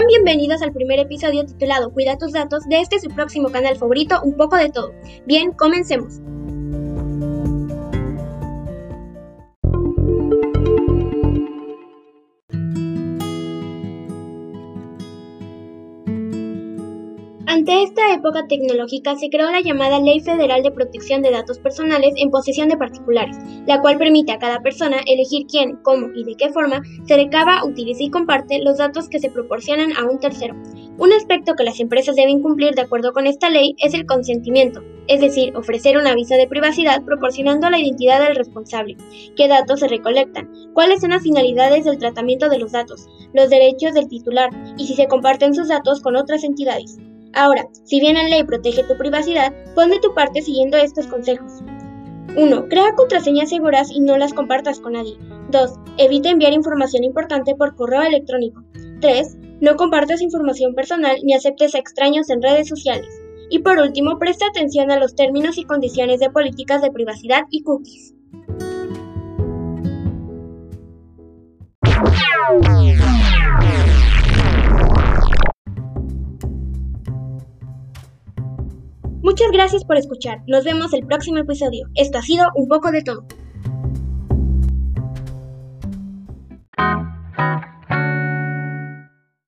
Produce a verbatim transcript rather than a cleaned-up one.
Sean bienvenidos al primer episodio titulado Cuida tus datos de este su próximo canal favorito, Un poco de todo. Bien, comencemos. Ante esta época tecnológica se creó la llamada Ley Federal de Protección de Datos Personales en posesión de particulares, la cual permite a cada persona elegir quién, cómo y de qué forma se recaba, utiliza y comparte los datos que se proporcionan a un tercero. Un aspecto que las empresas deben cumplir de acuerdo con esta ley es el consentimiento, es decir, ofrecer un aviso de privacidad proporcionando la identidad del responsable, qué datos se recolectan, cuáles son las finalidades del tratamiento de los datos, los derechos del titular y si se comparten sus datos con otras entidades. Ahora, si bien la ley protege tu privacidad, pon de tu parte siguiendo estos consejos. uno. Crea contraseñas seguras y no las compartas con nadie. dos. Evita enviar información importante por correo electrónico. tres. No compartas información personal ni aceptes a extraños en redes sociales. Y por último, presta atención a los términos y condiciones de políticas de privacidad y cookies. Muchas gracias por escuchar. Nos vemos el próximo episodio. Esto ha sido Un poco de todo.